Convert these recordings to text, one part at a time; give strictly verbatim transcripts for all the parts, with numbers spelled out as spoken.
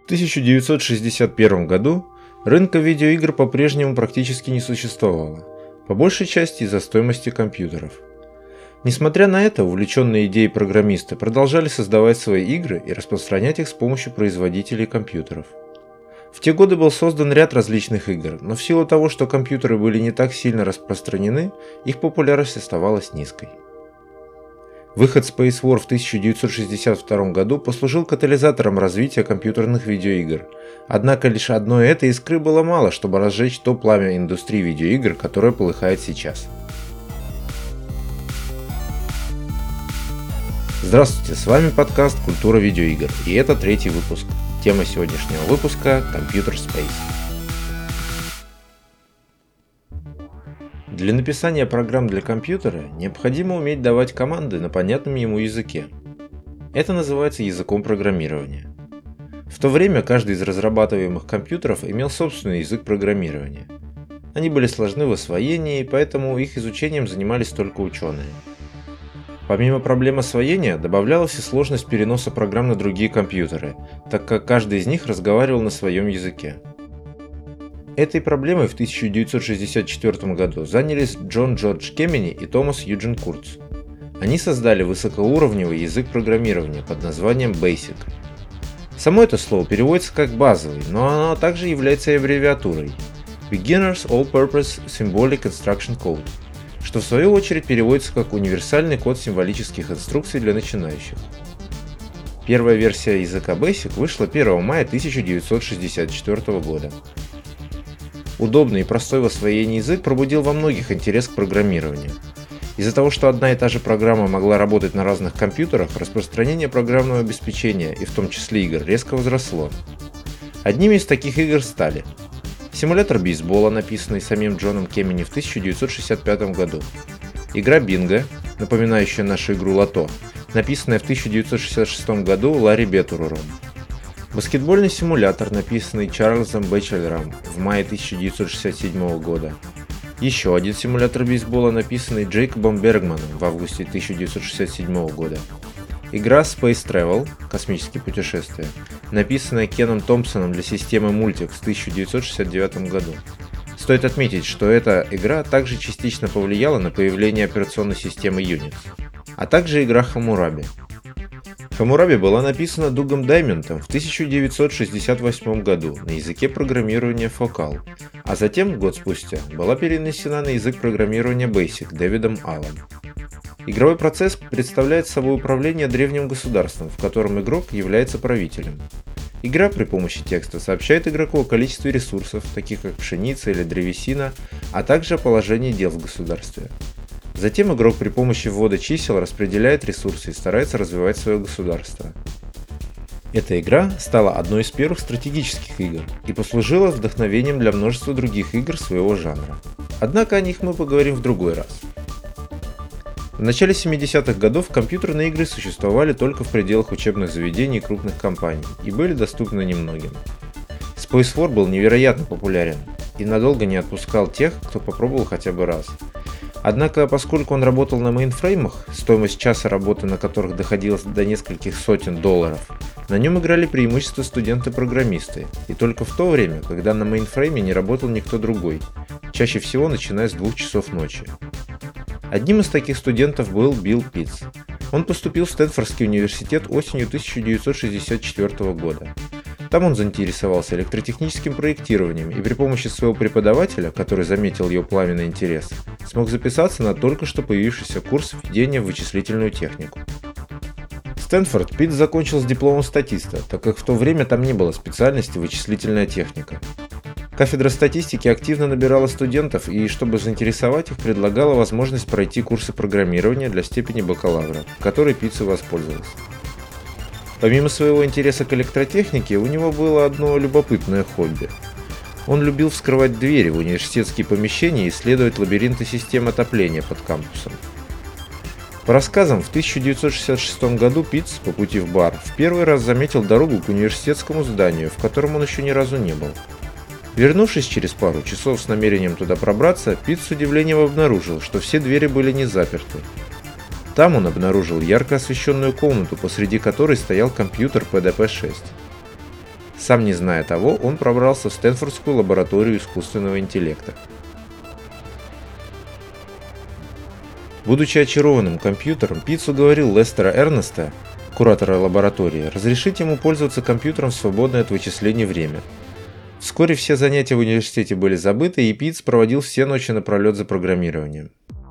В тысяча девятьсот шестьдесят первом году рынка видеоигр по-прежнему практически не существовало, по большей части из-за стоимости компьютеров. Несмотря на это, увлеченные идеей программисты продолжали создавать свои игры и распространять их с помощью производителей компьютеров. В те годы был создан ряд различных игр, но в силу того, что компьютеры были не так сильно распространены, их популярность оставалась низкой. Выход Space War в тысяча девятьсот шестьдесят втором году послужил катализатором развития компьютерных видеоигр, однако лишь одной этой искры было мало, чтобы разжечь то пламя индустрии видеоигр, которое полыхает сейчас. Здравствуйте, с вами подкаст «Культура видеоигр», и это третий выпуск. Тема сегодняшнего выпуска – Computer Space. Для написания программ для компьютера необходимо уметь давать команды на понятном ему языке. Это называется языком программирования. В то время каждый из разрабатываемых компьютеров имел собственный язык программирования. Они были сложны в освоении, поэтому их изучением занимались только ученые. Помимо проблем освоения, добавлялась и сложность переноса программ на другие компьютеры, так как каждый из них разговаривал на своем языке. Этой проблемой в тысяча девятьсот шестьдесят четвёртом году занялись Джон Джордж Кемени и Томас Юджин Курц. Они создали высокоуровневый язык программирования под названием Basic. Само это слово переводится как «базовый», но оно также является и аббревиатурой Beginner's All-Purpose Symbolic Instruction Code, что в свою очередь переводится как универсальный код символических инструкций для начинающих. Первая версия языка Basic вышла первого мая тысяча девятьсот шестьдесят четвёртого года. Удобный и простой в освоении язык пробудил во многих интерес к программированию. Из-за того, что одна и та же программа могла работать на разных компьютерах, распространение программного обеспечения, и в том числе игр, резко возросло. Одними из таких игр стали симулятор бейсбола, написанный самим Джоном Кемени в тысяча девятьсот шестьдесят пятом году, игра Бинго, напоминающая нашу игру Лото, написанная в тысяча девятьсот шестьдесят шестом году Ларри Бетурером, баскетбольный симулятор, написанный Чарльзом Бэтчелером в мае тысяча девятьсот шестьдесят седьмого года, еще один симулятор бейсбола, написанный Джейкобом Бергманом в августе тысяча девятьсот шестьдесят седьмого года, игра Space Travel, космические путешествия, написанная Кеном Томпсоном для системы Multics в тысяча девятьсот шестьдесят девятом году. Стоит отметить, что эта игра также частично повлияла на появление операционной системы Unix, а также игра Хаммураби. Хаммураби была написана Дугом Даймонтом в тысяча девятьсот шестьдесят восьмом году на языке программирования Focal, а затем, год спустя, была перенесена на язык программирования Basic Дэвидом Аллом. Игровой процесс представляет собой управление древним государством, в котором игрок является правителем. Игра при помощи текста сообщает игроку о количестве ресурсов, таких как пшеница или древесина, а также о положении дел в государстве. Затем игрок при помощи ввода чисел распределяет ресурсы и старается развивать свое государство. Эта игра стала одной из первых стратегических игр и послужила вдохновением для множества других игр своего жанра. Однако о них мы поговорим в другой раз. В начале семидесятых годов компьютерные игры существовали только в пределах учебных заведений и крупных компаний и были доступны немногим. Space War был невероятно популярен и надолго не отпускал тех, кто попробовал хотя бы раз. Однако, поскольку он работал на мейнфреймах, стоимость часа работы на которых доходила до нескольких сотен долларов, на нем играли преимущество студенты-программисты, и только в то время, когда на мейнфрейме не работал никто другой, чаще всего начиная с двух часов ночи. Одним из таких студентов был Билл Питтс. Он поступил в Стэнфордский университет осенью тысяча девятьсот шестьдесят четвёртого года. Там он заинтересовался электротехническим проектированием и при помощи своего преподавателя, который заметил его пламенный интерес, смог записаться на только что появившийся курс введения в вычислительную технику. Стэнфорд Питтс закончил с дипломом статиста, так как в то время там не было специальности вычислительная техника. Кафедра статистики активно набирала студентов и, чтобы заинтересовать их, предлагала возможность пройти курсы программирования для степени бакалавра, которой Питтс и воспользовался. Помимо своего интереса к электротехнике, у него было одно любопытное хобби. Он любил вскрывать двери в университетские помещения и исследовать лабиринты систем отопления под кампусом. По рассказам, в тысяча девятьсот шестьдесят шестом году Питтс по пути в бар в первый раз заметил дорогу к университетскому зданию, в котором он еще ни разу не был. Вернувшись через пару часов с намерением туда пробраться, Питтс с удивлением обнаружил, что все двери были не заперты. Там он обнаружил ярко освещенную комнату, посреди которой стоял компьютер пэ дэ пэ шесть. Сам не зная того, он пробрался в Стэнфордскую лабораторию искусственного интеллекта. Будучи очарованным компьютером, Питц уговорил Лестера Эрнеста, куратора лаборатории, разрешить ему пользоваться компьютером в свободное от вычислений время. Вскоре все занятия в университете были забыты, и Питц проводил все ночи напролет за программированием.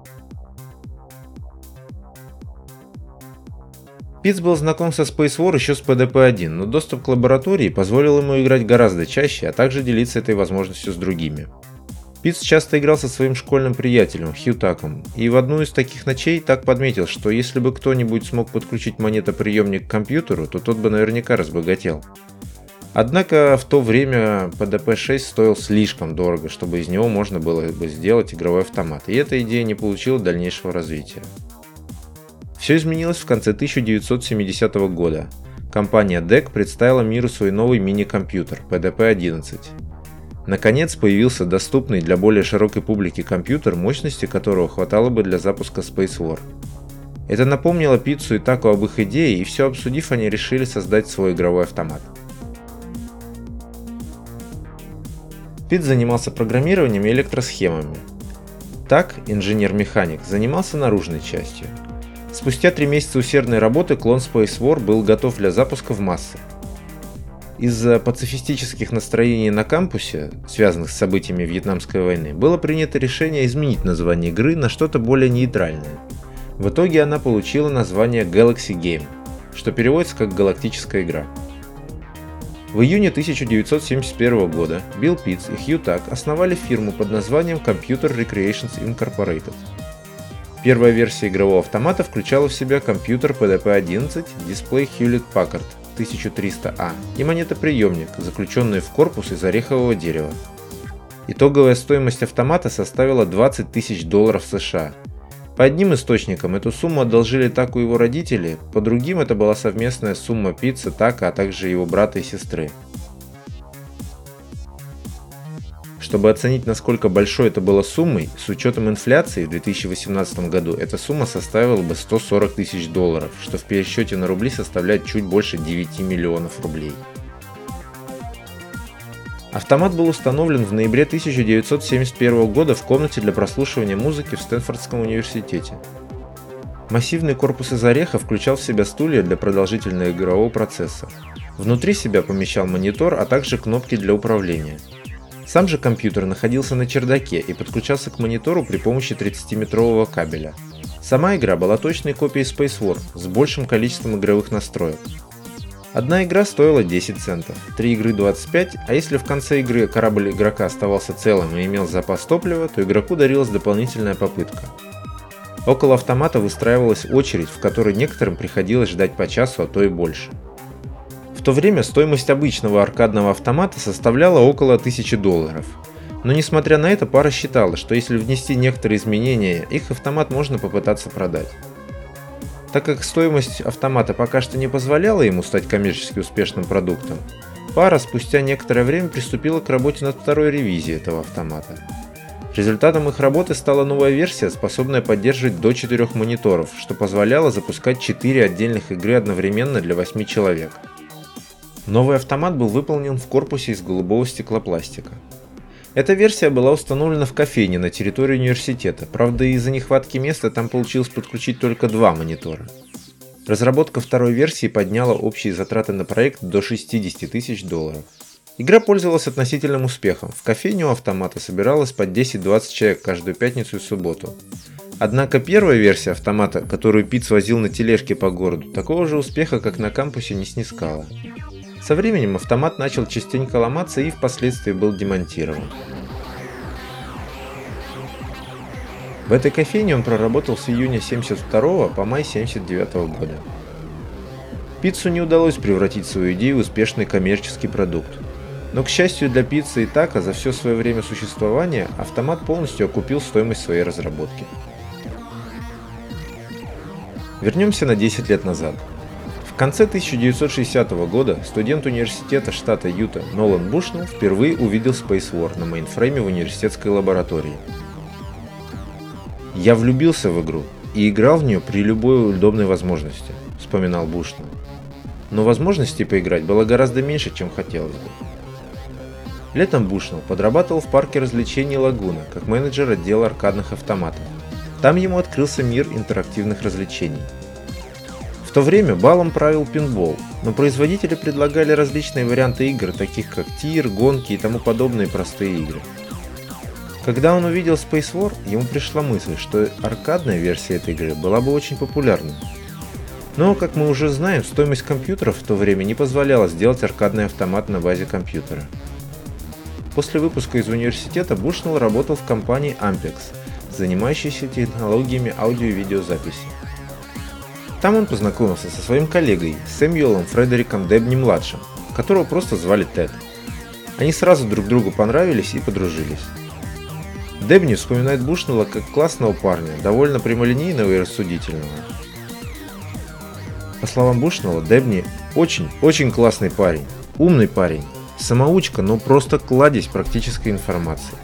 Питц был знаком со Space War еще с пи ди пи один, но доступ к лаборатории позволил ему играть гораздо чаще, а также делиться этой возможностью с другими. Питц часто играл со своим школьным приятелем Хью Таком, и в одну из таких ночей Так подметил, что если бы кто-нибудь смог подключить монетоприемник к компьютеру, то тот бы наверняка разбогател. Однако в то время пи ди пи шесть стоил слишком дорого, чтобы из него можно было бы сделать игровой автомат, и эта идея не получила дальнейшего развития. Все изменилось в конце тысяча девятьсот семидесятого года. Компания дек представила миру свой новый мини-компьютер пи ди пи одиннадцать. Наконец появился доступный для более широкой публики компьютер, мощности которого хватало бы для запуска Space War. Это напомнило Питцу и Таку об их идее, и все обсудив, они решили создать свой игровой автомат. Питц занимался программированием и электросхемами. Так, инженер-механик, занимался наружной частью. Спустя три месяца усердной работы клон Space War был готов для запуска в массы. Из-за пацифистических настроений на кампусе, связанных с событиями Вьетнамской войны, было принято решение изменить название игры на что-то более нейтральное. В итоге она получила название Galaxy Game, что переводится как «галактическая игра». В июне тысяча девятьсот семьдесят первого года Билл Питц и Хью Так основали фирму под названием Computer Recreations Incorporated. Первая версия игрового автомата включала в себя компьютер пи ди пи одиннадцать, дисплей Hewlett-Packard тысяча триста А и монетоприемник, заключенный в корпус из орехового дерева. Итоговая стоимость автомата составила двадцать тысяч долларов США. По одним источникам эту сумму одолжили Таку его родители, по другим это была совместная сумма Питца, Така, а также его брата и сестры. Чтобы оценить, насколько большой это было суммой, с учетом инфляции в две тысячи восемнадцатом году эта сумма составила бы сто сорок тысяч долларов, что в пересчете на рубли составляет чуть больше девяти миллионов рублей. Автомат был установлен в ноябре тысяча девятьсот семьдесят первого года в комнате для прослушивания музыки в Стэнфордском университете. Массивный корпус из ореха включал в себя стулья для продолжительного игрового процесса. Внутри себя помещал монитор, а также кнопки для управления. Сам же компьютер находился на чердаке и подключался к монитору при помощи тридцатиметрового кабеля. Сама игра была точной копией Space War с большим количеством игровых настроек. Одна игра стоила десять центов, три игры двадцать пять, а если в конце игры корабль игрока оставался целым и имел запас топлива, то игроку дарилась дополнительная попытка. Около автомата выстраивалась очередь, в которой некоторым приходилось ждать по часу, а то и больше. В то время стоимость обычного аркадного автомата составляла около тысячи долларов. Но несмотря на это, пара считала, что если внести некоторые изменения, их автомат можно попытаться продать. Так как стоимость автомата пока что не позволяла ему стать коммерчески успешным продуктом, пара спустя некоторое время приступила к работе над второй ревизией этого автомата. Результатом их работы стала новая версия, способная поддерживать до четырёх мониторов, что позволяло запускать четыре отдельных игры одновременно для восьми человек. Новый автомат был выполнен в корпусе из голубого стеклопластика. Эта версия была установлена в кофейне на территории университета, правда из-за нехватки места там получилось подключить только два монитора. Разработка второй версии подняла общие затраты на проект до шестидесяти тысяч долларов. Игра пользовалась относительным успехом, в кофейне у автомата собиралось по десять-двадцать человек каждую пятницу и субботу. Однако первая версия автомата, которую Питц возил на тележке по городу, такого же успеха, как на кампусе, не снискала. Со временем автомат начал частенько ломаться и впоследствии был демонтирован. В этой кофейне он проработал с июня семьдесят второго по май семьдесят девятого года. Питцу не удалось превратить свою идею в успешный коммерческий продукт. Но, к счастью для Питца и Така, за все свое время существования автомат полностью окупил стоимость своей разработки. Вернемся на десять лет назад. В конце тысяча девятьсот шестидесятого года студент университета штата Юта Нолан Бушнелл впервые увидел Space War на мейнфрейме в университетской лаборатории. «Я влюбился в игру и играл в нее при любой удобной возможности», — вспоминал Бушнелл. но возможностей поиграть было гораздо меньше, чем хотелось бы. Летом Бушнелл подрабатывал в парке развлечений «Лагуна» как менеджер отдела аркадных автоматов. Там ему открылся мир интерактивных развлечений. В то время балом правил пинбол, но производители предлагали различные варианты игр, таких как тир, гонки и тому подобные простые игры. Когда он увидел Space War, ему пришла мысль, что аркадная версия этой игры была бы очень популярной. Но, как мы уже знаем, стоимость компьютеров в то время не позволяла сделать аркадный автомат на базе компьютера. После выпуска из университета Бушнелл работал в компании Ampex, занимающейся технологиями аудио и видеозаписи. Там он познакомился со своим коллегой Сэмюэлом Фредериком Дебни-младшим, которого просто звали Тед. Они сразу друг другу понравились и подружились. Дебни вспоминает Бушнелла как классного парня, довольно прямолинейного и рассудительного. По словам Бушнелла, Дебни очень-очень классный парень, умный парень, самоучка, но просто кладезь практической информации.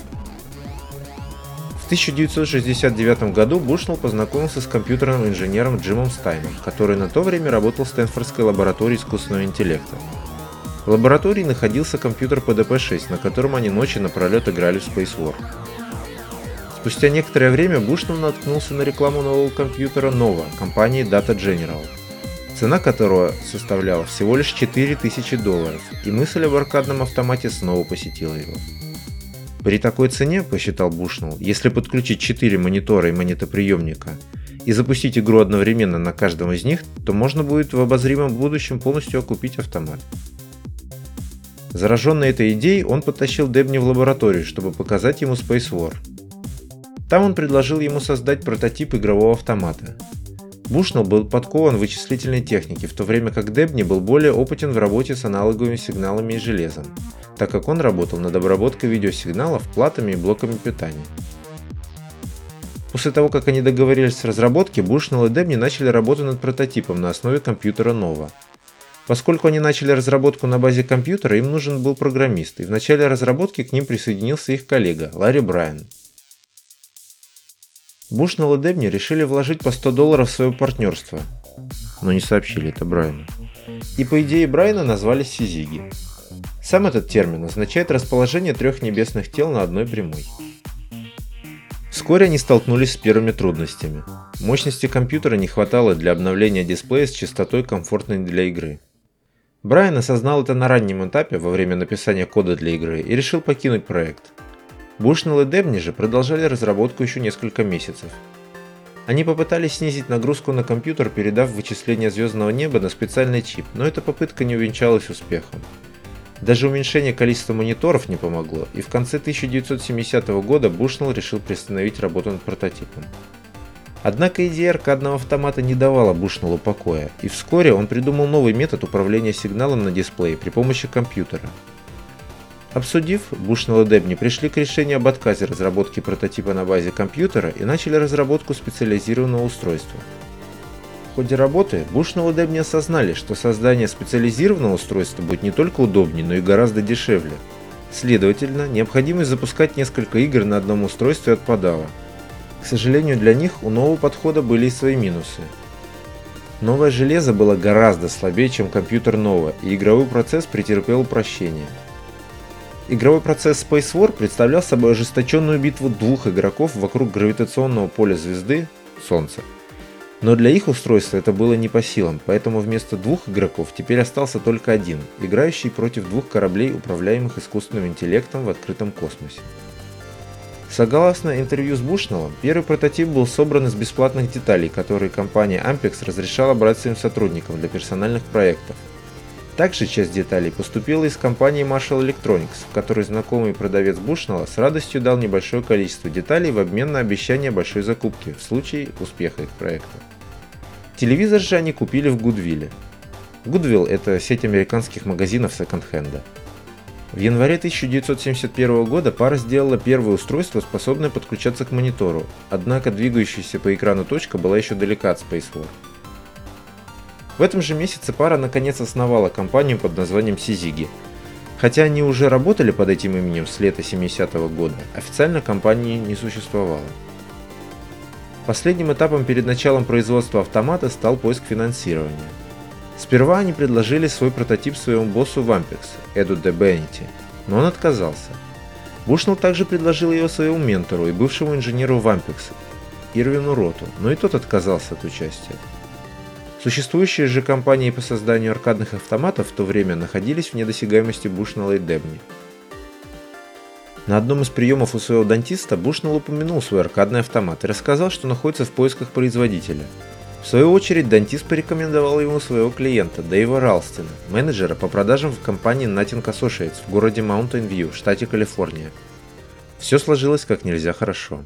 В тысяча девятьсот шестьдесят девятом году Бушнелл познакомился с компьютерным инженером Джимом Стайном, который на то время работал в Стэнфордской лаборатории искусственного интеллекта. В лаборатории находился компьютер пи ди пи шесть, на котором они ночи напролет играли в Space War. Спустя некоторое время Бушнелл наткнулся на рекламу нового компьютера Nova компании Data General, цена которого составляла всего лишь четыре тысячи долларов, и мысль об аркадном автомате снова посетила его. При такой цене, посчитал Бушнелл, если подключить четыре монитора и магнитоприемника и запустить игру одновременно на каждом из них, то можно будет в обозримом будущем полностью окупить автомат. Зараженный этой идеей, он подтащил Дебни в лабораторию, чтобы показать ему Space War. Там он предложил ему создать прототип игрового автомата. Бушнелл был подкован в вычислительной технике, в то время как Дебни был более опытен в работе с аналоговыми сигналами и железом, так как он работал над обработкой видеосигналов, платами и блоками питания. После того, как они договорились о разработке, Бушнелл и Дебни начали работу над прототипом на основе компьютера Nova. Поскольку они начали разработку на базе компьютера, им нужен был программист, и в начале разработки к ним присоединился их коллега Ларри Брайан. Бушнелл и Дебни решили вложить по сто долларов в свое партнерство, но не сообщили это Брайану. И по идее Брайана назвали Сизиги. Сам этот термин означает расположение трех небесных тел на одной прямой. Вскоре они столкнулись с первыми трудностями. Мощности компьютера не хватало для обновления дисплея с частотой, комфортной для игры. Брайан осознал это на раннем этапе во время написания кода для игры и решил покинуть проект. Бушнелл и Дебни же продолжали разработку еще несколько месяцев. Они попытались снизить нагрузку на компьютер, передав вычисление звездного неба на специальный чип, но эта попытка не увенчалась успехом. Даже уменьшение количества мониторов не помогло, и в конце тысяча девятьсот семидесятого года Бушнелл решил приостановить работу над прототипом. Однако идея аркадного автомата не давала Бушнеллу покоя, и вскоре он придумал новый метод управления сигналом на дисплее при помощи компьютера. Обсудив, Бушнелл и Дебни пришли к решению об отказе разработки прототипа на базе компьютера и начали разработку специализированного устройства. В ходе работы Бушнелл и Дебни осознали, что создание специализированного устройства будет не только удобнее, но и гораздо дешевле. Следовательно, необходимость запускать несколько игр на одном устройстве отпадала. К сожалению, для них у нового подхода были и свои минусы. Новое железо было гораздо слабее, чем компьютер Nova, и игровой процесс претерпел упрощение. Игровой процесс Space War представлял собой ожесточенную битву двух игроков вокруг гравитационного поля звезды Солнца. Но для их устройства это было не по силам, поэтому вместо двух игроков теперь остался только один, играющий против двух кораблей, управляемых искусственным интеллектом в открытом космосе. Согласно интервью с Бушнеллом, первый прототип был собран из бесплатных деталей, которые компания Ampex разрешала брать своим сотрудникам для персональных проектов. Также часть деталей поступила из компании Marshall Electronics, в которой знакомый продавец Бушнелла с радостью дал небольшое количество деталей в обмен на обещание большой закупки в случае успеха их проекта. Телевизор же они купили в Гудвилле. Гудвилл – это сеть американских магазинов секонд-хенда. В январе тысяча девятьсот семьдесят первого года пара сделала первое устройство, способное подключаться к монитору, однако двигающаяся по экрану точка была еще далека от Space War. В этом же месяце пара наконец основала компанию под названием Сизиги. Хотя они уже работали под этим именем с лета семидесятого года, официально компании не существовало. Последним этапом перед началом производства автомата стал поиск финансирования. Сперва они предложили свой прототип своему боссу в Ampex, Эду де Беннити, но он отказался. Бушнелл также предложил его своему ментору и бывшему инженеру в Ampex, Ирвину Роту, но и тот отказался от участия. Существующие же компании по созданию аркадных автоматов в то время находились в недосягаемости Бушнелла и Дебни. На одном из приемов у своего дантиста Бушнелл упомянул свой аркадный автомат и рассказал, что находится в поисках производителя. В свою очередь, дантист порекомендовал ему своего клиента Дэйва Ралстина, менеджера по продажам в компании Nutting Associates в городе Маунтин-Вью, штате Калифорния. Все сложилось как нельзя хорошо.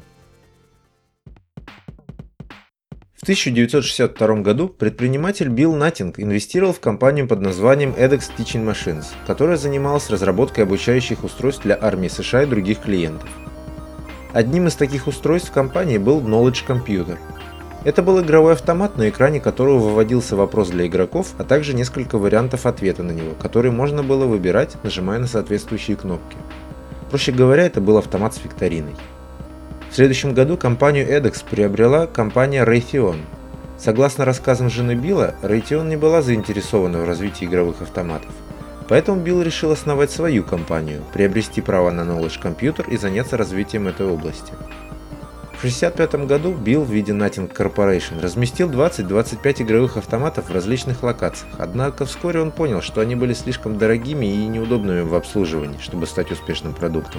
В тысяча девятьсот шестьдесят втором году предприниматель Билл Nutting инвестировал в компанию под названием эдекс Teaching Machines, которая занималась разработкой обучающих устройств для армии США и других клиентов. Одним из таких устройств в компании был Knowledge Computer. Это был игровой автомат, на экране которого выводился вопрос для игроков, а также несколько вариантов ответа на него, которые можно было выбирать, нажимая на соответствующие кнопки. Проще говоря, это был автомат с викториной. В следующем году компанию эдекс приобрела компания Raytheon. Согласно рассказам жены Билла, Raytheon не была заинтересована в развитии игровых автоматов. Поэтому Билл решил основать свою компанию, приобрести право на Knowledge Computer и заняться развитием этой области. В шестьдесят пятом году Билл в виде Nutting Corporation разместил двадцать-двадцать пять игровых автоматов в различных локациях, однако вскоре он понял, что они были слишком дорогими и неудобными в обслуживании, чтобы стать успешным продуктом.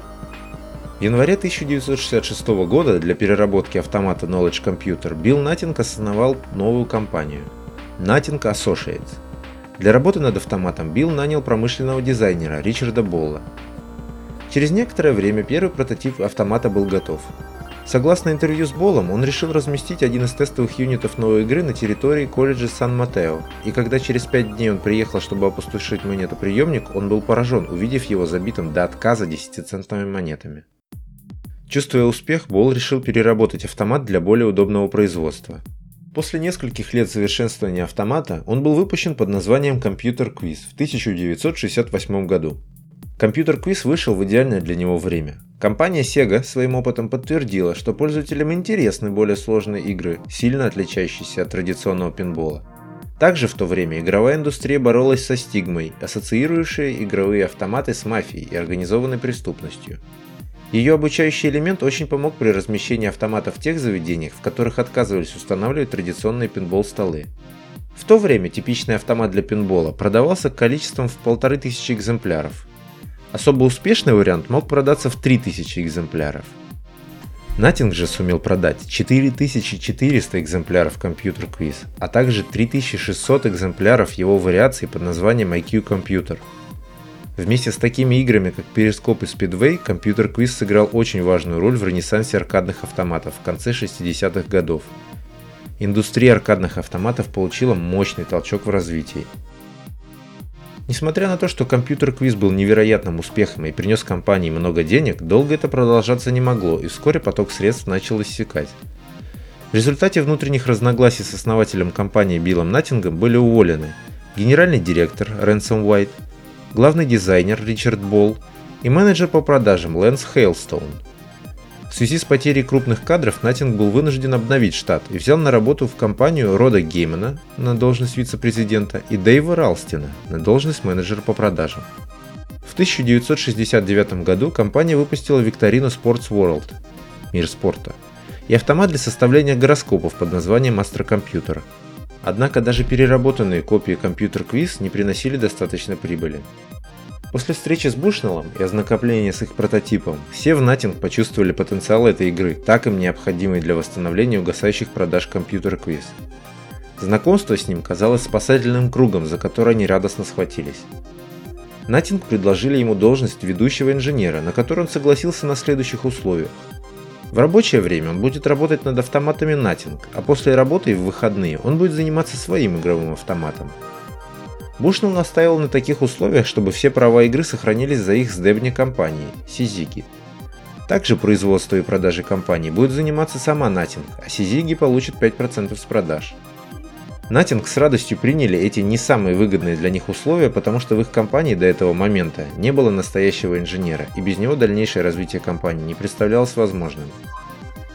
В январе тысяча девятьсот шестьдесят шестого года для переработки автомата Knowledge Computer Билл Nutting основал новую компанию – Nutting Associates. Для работы над автоматом Билл нанял промышленного дизайнера Ричарда Болла. Через некоторое время первый прототип автомата был готов. Согласно интервью с Боллом, он решил разместить один из тестовых юнитов новой игры на территории колледжа Сан-Матео, и когда через пять дней он приехал, чтобы опустошить монетоприемник, он был поражен, увидев его забитым до отказа десятицентными монетами. Чувствуя успех, Болл решил переработать автомат для более удобного производства. После нескольких лет совершенствования автомата он был выпущен под названием Computer Quiz в тысяча девятьсот шестьдесят восьмом году. Computer Quiz вышел в идеальное для него время. Компания Sega своим опытом подтвердила, что пользователям интересны более сложные игры, сильно отличающиеся от традиционного пинбола. Также в то время игровая индустрия боролась со стигмой, ассоциирующей игровые автоматы с мафией и организованной преступностью. Ее обучающий элемент очень помог при размещении автоматов в тех заведениях, в которых отказывались устанавливать традиционные пинбол-столы. В то время типичный автомат для пинбола продавался количеством в полторы тысячи экземпляров. Особо успешный вариант мог продаться в три тысячи экземпляров. Nutting же сумел продать четыре тысячи четыреста экземпляров Computer Quiz, а также три тысячи шестьсот экземпляров его вариаций под названием ай кью Computer. Вместе с такими играми, как Перископ и Speedway, Computer Quiz сыграл очень важную роль в ренессансе аркадных автоматов в конце шестидесятых годов. Индустрия аркадных автоматов получила мощный толчок в развитии. Несмотря на то, что Computer Quiz был невероятным успехом и принес компании много денег, долго это продолжаться не могло, и вскоре поток средств начал иссякать. В результате внутренних разногласий с основателем компании Биллом Наттингом были уволены генеральный директор Рэнсом Уайт, главный дизайнер Ричард Болл и менеджер по продажам Лэнс Хейлстоун. В связи с потерей крупных кадров Nutting был вынужден обновить штат и взял на работу в компанию Рода Геймана на должность вице-президента и Дэйва Ралстина на должность менеджера по продажам. В тысяча девятьсот шестьдесят девятом году компания выпустила викторину Sports World (Мир спорта) и автомат для составления гороскопов под названием Астрокомпьютер. Однако даже переработанные копии Computer Quiz не приносили достаточно прибыли. После встречи с Бушнеллом и ознакомления с их прототипом, все в Nutting почувствовали потенциал этой игры, так им необходимый для восстановления угасающих продаж Computer Quiz. Знакомство с ним казалось спасательным кругом, за который они радостно схватились. Nutting предложили ему должность ведущего инженера, на которую он согласился на следующих условиях. В рабочее время он будет работать над автоматами Nutting, а после работы и в выходные он будет заниматься своим игровым автоматом. Бушнелл настаивал на таких условиях, чтобы все права игры сохранились за их с Дебни компанией, Сизиги. Также производство и продажей компании будет заниматься сама Nutting, а Сизиги получит пять процентов с продаж. Nutting с радостью приняли эти не самые выгодные для них условия, потому что в их компании до этого момента не было настоящего инженера, и без него дальнейшее развитие компании не представлялось возможным.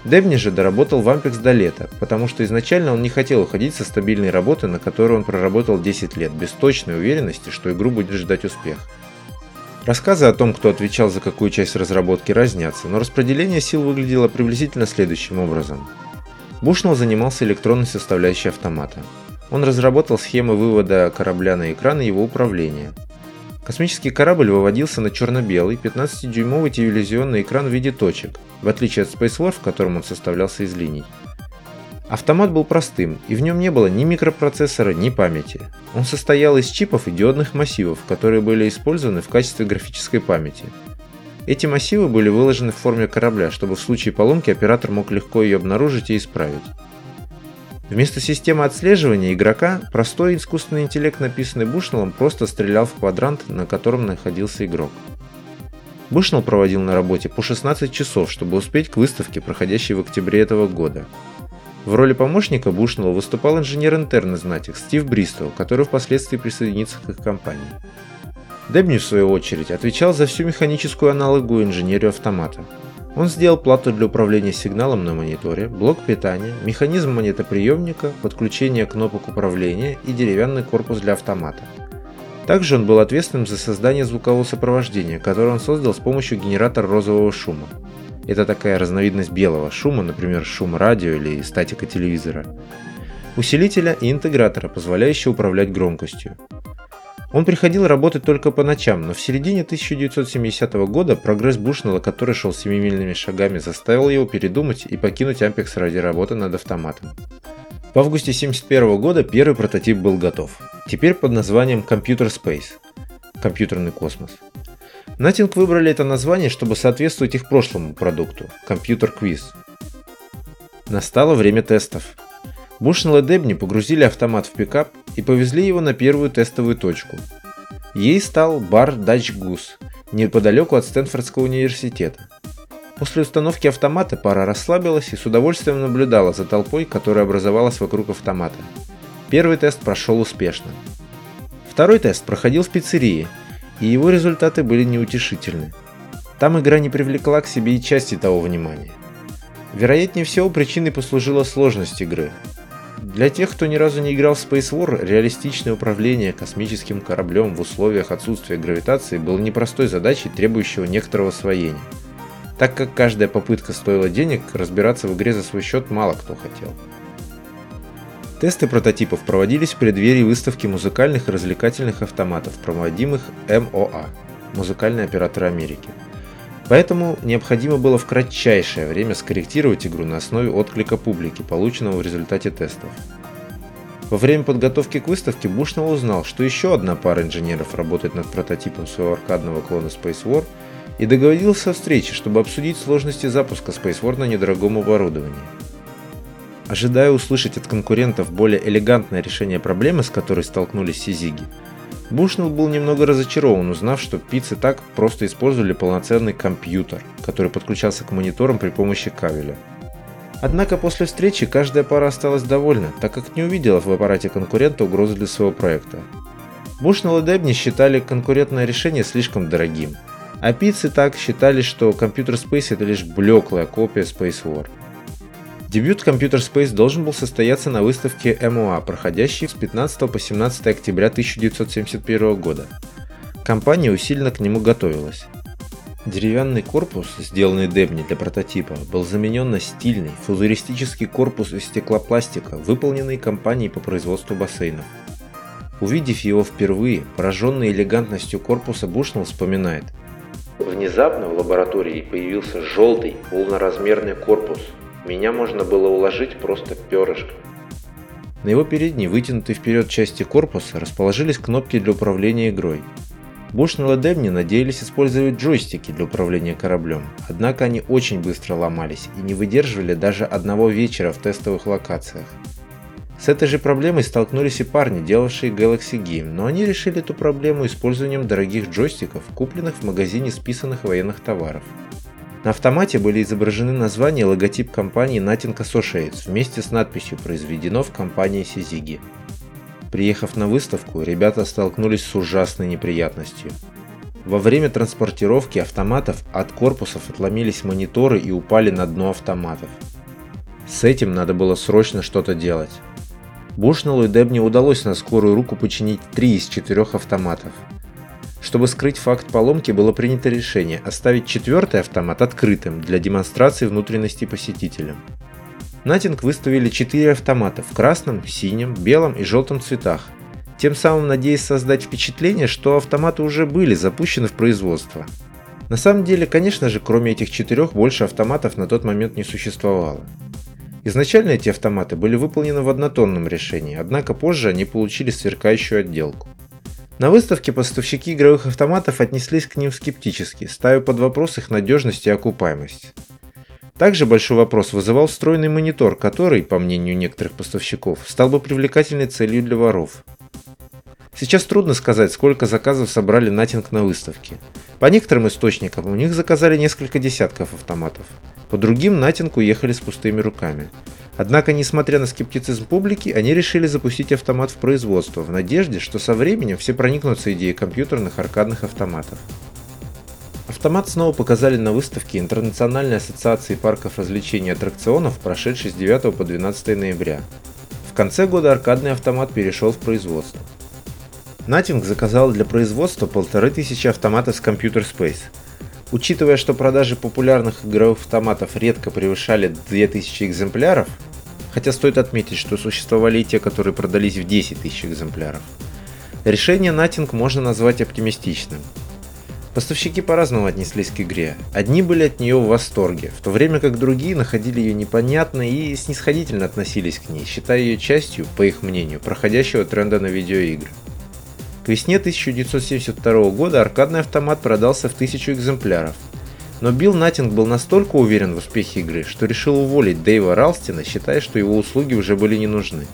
Дебни же доработал в Ampex до лета, потому что изначально он не хотел уходить со стабильной работы, на которой он проработал десять лет, без точной уверенности, что игру будет ждать успех. Рассказы о том, кто отвечал за какую часть разработки, разнятся, но распределение сил выглядело приблизительно следующим образом. Бушнелл занимался электронной составляющей автомата. Он разработал схемы вывода корабля на экран и его управления. Космический корабль выводился на черно-белый пятнадцатидюймовый телевизионный экран в виде точек, в отличие от Space War, в котором он составлялся из линий. Автомат был простым, и в нем не было ни микропроцессора, ни памяти. Он состоял из чипов и диодных массивов, которые были использованы в качестве графической памяти. Эти массивы были выложены в форме корабля, чтобы в случае поломки оператор мог легко ее обнаружить и исправить. Вместо системы отслеживания игрока, простой искусственный интеллект, написанный Бушнеллом, просто стрелял в квадрант, на котором находился игрок. Бушнелл проводил на работе по шестнадцать часов, чтобы успеть к выставке, проходящей в октябре этого года. В роли помощника Бушнелла выступал инженер-интерн из Natix Стив Бристоу, который впоследствии присоединится к их компании. Дебни, в свою очередь, отвечал за всю механическую аналоговую инженерию автомата. Он сделал плату для управления сигналом на мониторе, блок питания, механизм монетоприемника, подключение кнопок управления и деревянный корпус для автомата. Также он был ответственным за создание звукового сопровождения, которое он создал с помощью генератора розового шума. Это такая разновидность белого шума, например, шум радио или статика телевизора. Усилителя и интегратора, позволяющего управлять громкостью. Он приходил работать только по ночам, но в середине тысяча девятьсот семидесятого года прогресс Бушнелла, который шел семимильными шагами, заставил его передумать и покинуть Ampex ради работы над автоматом. В августе тысяча девятьсот семьдесят первого года первый прототип был готов, теперь под названием Computer Space – компьютерный космос. Natix выбрали это название, чтобы соответствовать их прошлому продукту – Computer Quiz. Настало время тестов. Бушнелл и Дебни погрузили автомат в пикап и повезли его на первую тестовую точку. Ей стал бар Dutch Goose, неподалеку от Стэнфордского университета. После установки автомата пара расслабилась и с удовольствием наблюдала за толпой, которая образовалась вокруг автомата. Первый тест прошел успешно. Второй тест проходил в пиццерии, и его результаты были неутешительны. Там игра не привлекла к себе и части того внимания. Вероятнее всего, причиной послужила сложность игры. Для тех, кто ни разу не играл в Space War, реалистичное управление космическим кораблем в условиях отсутствия гравитации было непростой задачей, требующей некоторого освоения. Так как каждая попытка стоила денег, разбираться в игре за свой счет мало кто хотел. Тесты прототипов проводились в преддверии выставки музыкальных и развлекательных автоматов, проводимых эм о а – Музыкальные операторы Америки. Поэтому необходимо было в кратчайшее время скорректировать игру на основе отклика публики, полученного в результате тестов. Во время подготовки к выставке Бушнелл узнал, что еще одна пара инженеров работает над прототипом своего аркадного клона Space War и договорился о встрече, чтобы обсудить сложности запуска Space War на недорогом оборудовании. Ожидая услышать от конкурентов более элегантное решение проблемы, с которой столкнулись Сизиги, Бушнелл был немного разочарован, узнав, что пиццы так просто использовали полноценный компьютер, который подключался к мониторам при помощи кабеля. Однако после встречи каждая пара осталась довольна, так как не увидела в аппарате конкурента угрозы для своего проекта. Бушнелл и Дебни считали конкурентное решение слишком дорогим, а пиццы так считали, что Computer Space это лишь блеклая копия Space War. Дебют Computer Space должен был состояться на выставке эм о а, проходящей с пятнадцатого по семнадцатое октября тысяча девятьсот семьдесят первого года. Компания усиленно к нему готовилась. Деревянный корпус, сделанный Дебни для прототипа, был заменен на стильный, футуристический корпус из стеклопластика, выполненный компанией по производству бассейнов. Увидев его впервые, пораженный элегантностью корпуса, Бушнелл вспоминает: «Внезапно в лаборатории появился желтый полноразмерный корпус. Меня можно было уложить просто перышком». На его передней, вытянутой вперед части корпуса, расположились кнопки для управления игрой. Бушнелл и Дебни надеялись использовать джойстики для управления кораблем, однако они очень быстро ломались и не выдерживали даже одного вечера в тестовых локациях. С этой же проблемой столкнулись и парни, делавшие Galaxy Game, но они решили эту проблему использованием дорогих джойстиков, купленных в магазине списанных военных товаров. На автомате были изображены названия и логотип компании Natix Associates вместе с надписью «Произведено в компании Сизиги». Приехав на выставку, ребята столкнулись с ужасной неприятностью. Во время транспортировки автоматов от корпусов отломились мониторы и упали на дно автоматов. С этим надо было срочно что-то делать. Бушнеллу и Дебни удалось на скорую руку починить три из четырех автоматов. Чтобы скрыть факт поломки, было принято решение оставить четвертый автомат открытым для демонстрации внутренностей посетителям. Notting выставили четыре автомата в красном, синем, белом и желтом цветах, тем самым надеясь создать впечатление, что автоматы уже были запущены в производство. На самом деле, конечно же, кроме этих четырех, больше автоматов на тот момент не существовало. Изначально эти автоматы были выполнены в однотонном решении, однако позже они получили сверкающую отделку. На выставке поставщики игровых автоматов отнеслись к ним скептически, ставя под вопрос их надежность и окупаемость. Также большой вопрос вызывал встроенный монитор, который, по мнению некоторых поставщиков, стал бы привлекательной целью для воров. Сейчас трудно сказать, сколько заказов собрали Notting на выставке. По некоторым источникам у них заказали несколько десятков автоматов. По другим Notting уехали с пустыми руками. Однако, несмотря на скептицизм публики, они решили запустить автомат в производство, в надежде, что со временем все проникнутся идеей компьютерных аркадных автоматов. Автомат снова показали на выставке Интернациональной ассоциации парков развлечений и аттракционов, прошедшей с девятого по двенадцатое ноября. В конце года аркадный автомат перешел в производство. Notting заказал для производства полторы тысячи автоматов с Computer Space. Учитывая, что продажи популярных игровых автоматов редко превышали две тысячи экземпляров, хотя стоит отметить, что существовали и те, которые продались в десять тысяч экземпляров, решение Notting можно назвать оптимистичным. Поставщики по-разному отнеслись к игре. Одни были от нее в восторге, в то время как другие находили ее непонятной и снисходительно относились к ней, считая ее частью, по их мнению, проходящего тренда на видеоигры. К весне тысяча девятьсот семьдесят второго года аркадный автомат продался в тысячу экземпляров, но Билл Notting был настолько уверен в успехе игры, что решил уволить Дэйва Ралстина, считая, что его услуги уже были не нужны.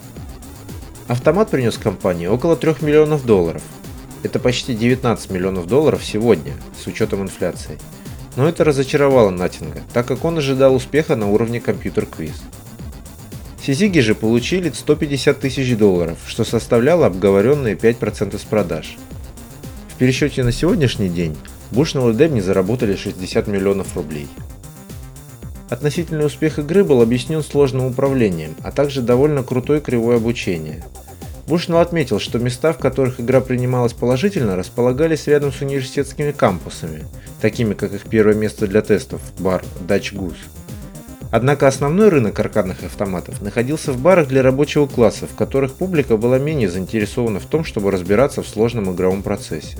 Автомат принес компании около трёх миллионов долларов. Это почти девятнадцать миллионов долларов сегодня, с учетом инфляции. Но это разочаровало Notting, так как он ожидал успеха на уровне компьютер-квиз. Сизиги же получили сто пятьдесят тысяч долларов, что составляло обговоренные пять процентов с продаж. В пересчете на сегодняшний день Бушнелл и Дебни заработали шестьдесят миллионов рублей. Относительный успех игры был объяснен сложным управлением, а также довольно крутой кривой обучения. Бушнелл отметил, что места, в которых игра принималась положительно, располагались рядом с университетскими кампусами, такими как их первое место для тестов – бар Dutch Goose. Однако основной рынок аркадных автоматов находился в барах для рабочего класса, в которых публика была менее заинтересована в том, чтобы разбираться в сложном игровом процессе.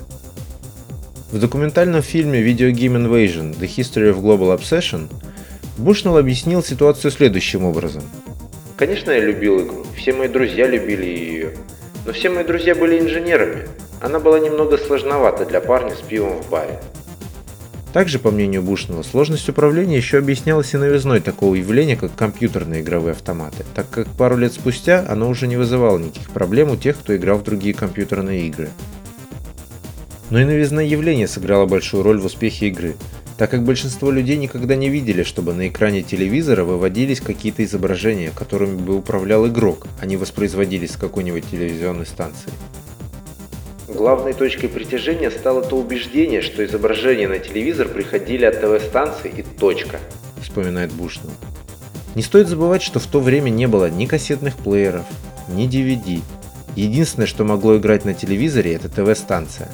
В документальном фильме Video Game Invasion – The History of Global Obsession Бушнелл объяснил ситуацию следующим образом. Конечно, я любил игру, все мои друзья любили ее, но все мои друзья были инженерами, она была немного сложновата для парня с пивом в баре. Также, по мнению Бушнелла, сложность управления еще объяснялась и новизной такого явления, как компьютерные игровые автоматы, так как пару лет спустя оно уже не вызывало никаких проблем у тех, кто играл в другие компьютерные игры. Но и новизна явления сыграла большую роль в успехе игры, так как большинство людей никогда не видели, чтобы на экране телевизора выводились какие-то изображения, которыми бы управлял игрок, а не воспроизводились с какой-нибудь телевизионной станции. Главной точкой притяжения стало то убеждение, что изображения на телевизор приходили от ТВ-станции и точка, вспоминает Бушнелл. Не стоит забывать, что в то время не было ни кассетных плееров, ни ди ви ди. Единственное, что могло играть на телевизоре, это ТВ-станция.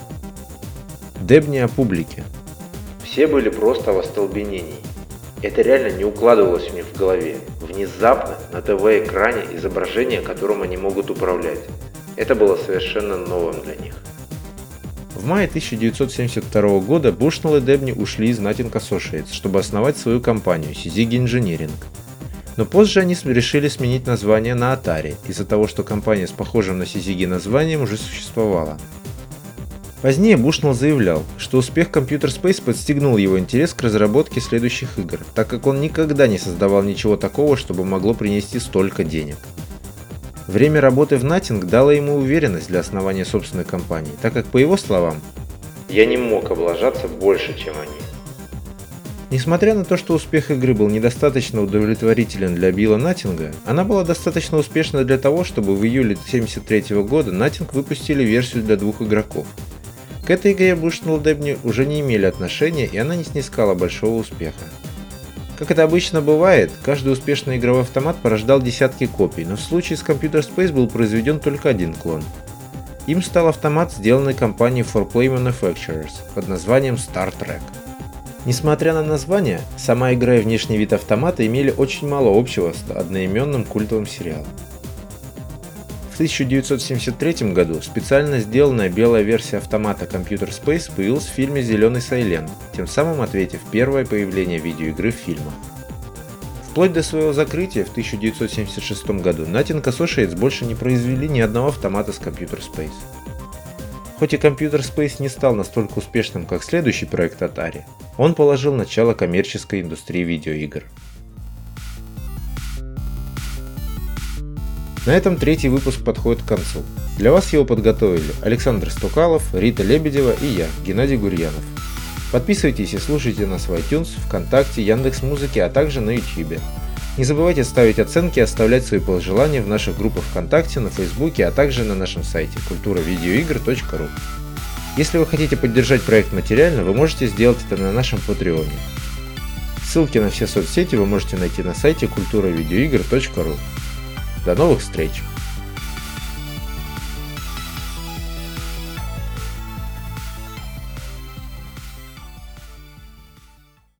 Дебни о публике. Все были просто в остолбенении. Это реально не укладывалось у них в голове. Внезапно на ТВ-экране изображение, которым они могут управлять. Это было совершенно новым для них. В мае тысяча девятьсот семьдесят второго года Бушнелл и Дебни ушли из Notting Associates, чтобы основать свою компанию Сизиги Engineering. Но позже они решили сменить название на Atari, из-за того, что компания с похожим на Сизиги названием уже существовала. Позднее Бушнелл заявлял, что успех Computer Space подстегнул его интерес к разработке следующих игр, так как он никогда не создавал ничего такого, чтобы могло принести столько денег. Время работы в Notting дало ему уверенность для основания собственной компании, так как, по его словам, «я не мог облажаться больше, чем они». Несмотря на то, что успех игры был недостаточно удовлетворителен для Билла Notting, она была достаточно успешна для того, чтобы в июле тысяча девятьсот семьдесят третьего года Notting выпустили версию для двух игроков. К этой игре Бушнелл и Дебни уже не имели отношения, и она не снискала большого успеха. Как это обычно бывает, каждый успешный игровой автомат порождал десятки копий, но в случае с Computer Space был произведен только один клон. Им стал автомат, сделанный компанией фор плей Manufacturers под названием Star Trek. Несмотря на название, сама игра и внешний вид автомата имели очень мало общего с одноименным культовым сериалом. В тысяча девятьсот семьдесят третьем году специально сделанная белая версия автомата Computer Space появилась в фильме «Зеленый Сайлент», тем самым ответив первое появление видеоигры в фильмах. Вплоть до своего закрытия в тысяча девятьсот семьдесят шестом году Nothing Associates больше не произвели ни одного автомата с Computer Space. Хоть и Computer Space не стал настолько успешным, как следующий проект Atari, он положил начало коммерческой индустрии видеоигр. На этом третий выпуск подходит к концу. Для вас его подготовили Александр Стукалов, Рита Лебедева и я, Геннадий Гурьянов. Подписывайтесь и слушайте нас в iTunes, ВКонтакте, Яндекс.Музыке, а также на YouTube. Не забывайте ставить оценки и оставлять свои пожелания в наших группах ВКонтакте, на Фейсбуке, а также на нашем сайте культура видеоигр точка ру. Если вы хотите поддержать проект материально, вы можете сделать это на нашем Патреоне. Ссылки на все соцсети вы можете найти на сайте культура видеоигр точка ру. До новых встреч!